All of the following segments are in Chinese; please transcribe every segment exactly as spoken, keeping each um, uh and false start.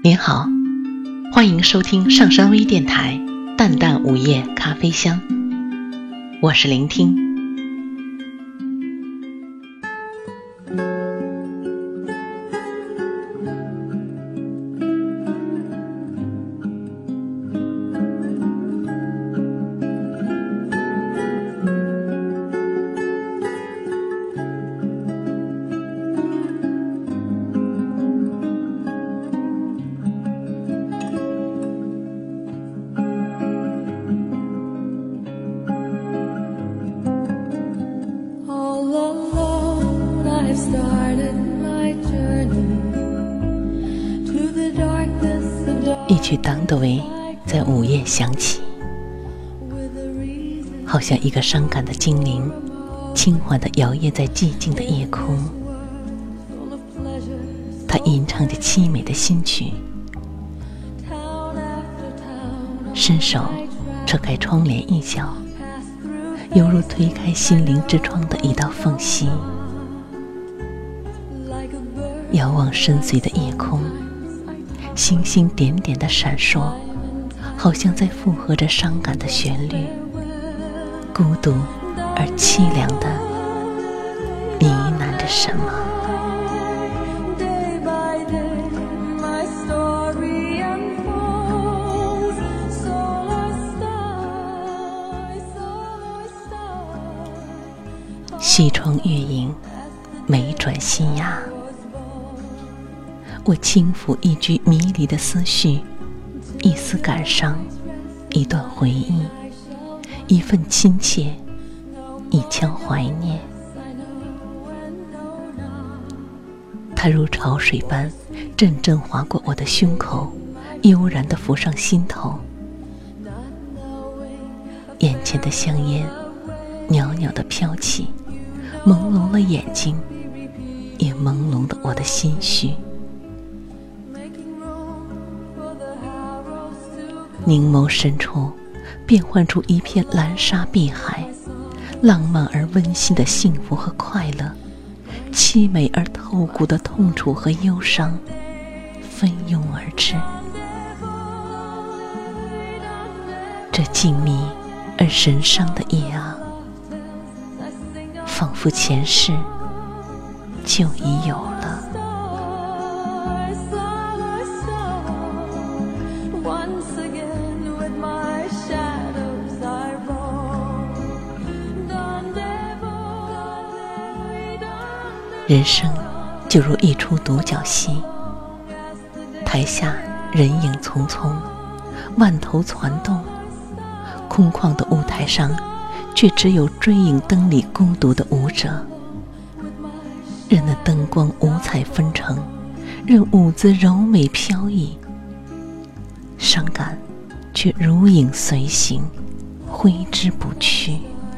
您好，欢迎收听上山微电台淡淡午夜咖啡香，我是聆听。一曲党德维在午夜响起，好像一个伤感的精灵轻缓地摇曳在寂静的夜空。他吟唱着凄美的新曲，伸手扯开窗帘一角，犹如推开心灵之窗的一道缝隙，遥望深邃的夜空，星星点点地闪烁，好像在附和着伤感的旋律，孤独而凄凉地呢喃着什么。西窗月影，眉转新芽。我轻抚一句迷离的思绪，一丝感伤，一段回忆，一份亲切，一腔怀念。它如潮水般阵阵划过我的胸口，悠然地浮上心头。眼前的香烟袅袅地飘起，朦胧了眼睛，也朦胧了我的心绪。凝眸深处变幻出一片蓝沙碧海，浪漫而温馨的幸福和快乐，凄美而透骨的痛楚和忧伤蜂拥而至。这静谧而神伤的夜啊，仿佛前世就已有了。人生就如一出独角戏，台下人影匆匆，万头攒动，空旷的舞台上却只有追影灯里孤独的舞者。任那灯光五彩纷呈，任舞姿柔美飘逸，伤感却如影随形，挥之不去。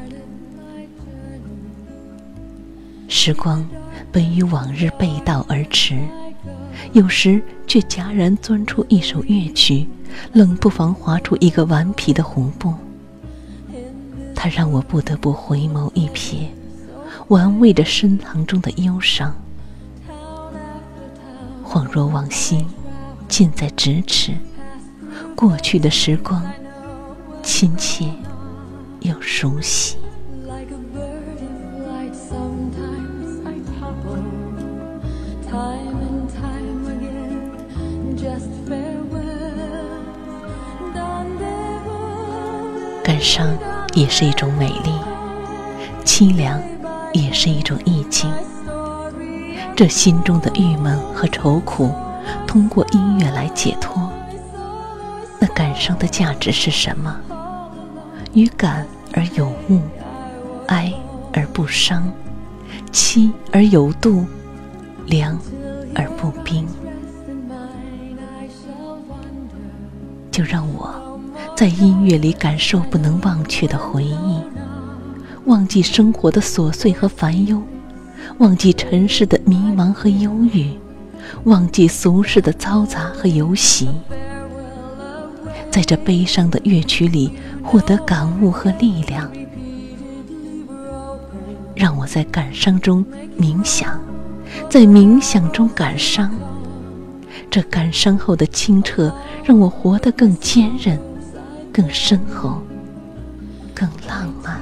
时光本与往日背道而驰，有时却戛然钻出一首乐曲，冷不防划出一个顽皮的红布。它让我不得不回眸一瞥，玩味着深藏中的忧伤。恍若往昔近在咫尺，过去的时光亲切又熟悉。感伤也是一种美丽，凄凉也是一种意境。这心中的郁闷和愁苦，通过音乐来解脱。那感伤的价值是什么？于感而有悟，哀而不伤，凄而有度，凉而不冰。就让我在音乐里感受不能忘却的回忆，忘记生活的琐碎和烦忧，忘记尘世的迷茫和忧郁，忘记俗世的嘈杂和游戏，在这悲伤的乐曲里获得感悟和力量。让我在感伤中冥想，在冥想中感伤， 这感伤后的清澈，让我活得更坚韧，更深厚，更浪漫。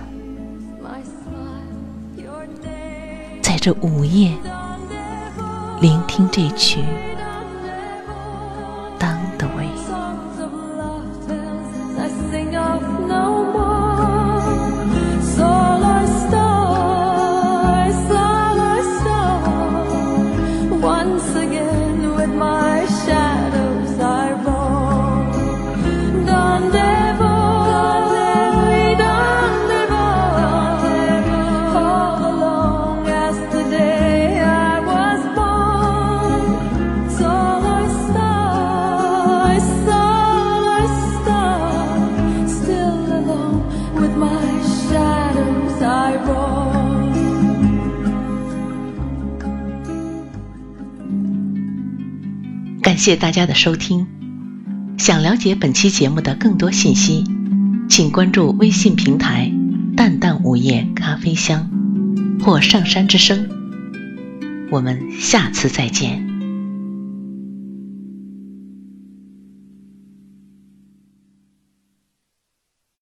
在这午夜，聆听这曲《当的味》。感谢大家的收听。想了解本期节目的更多信息，请关注微信平台淡淡午夜咖啡香或上山之声。我们下次再见。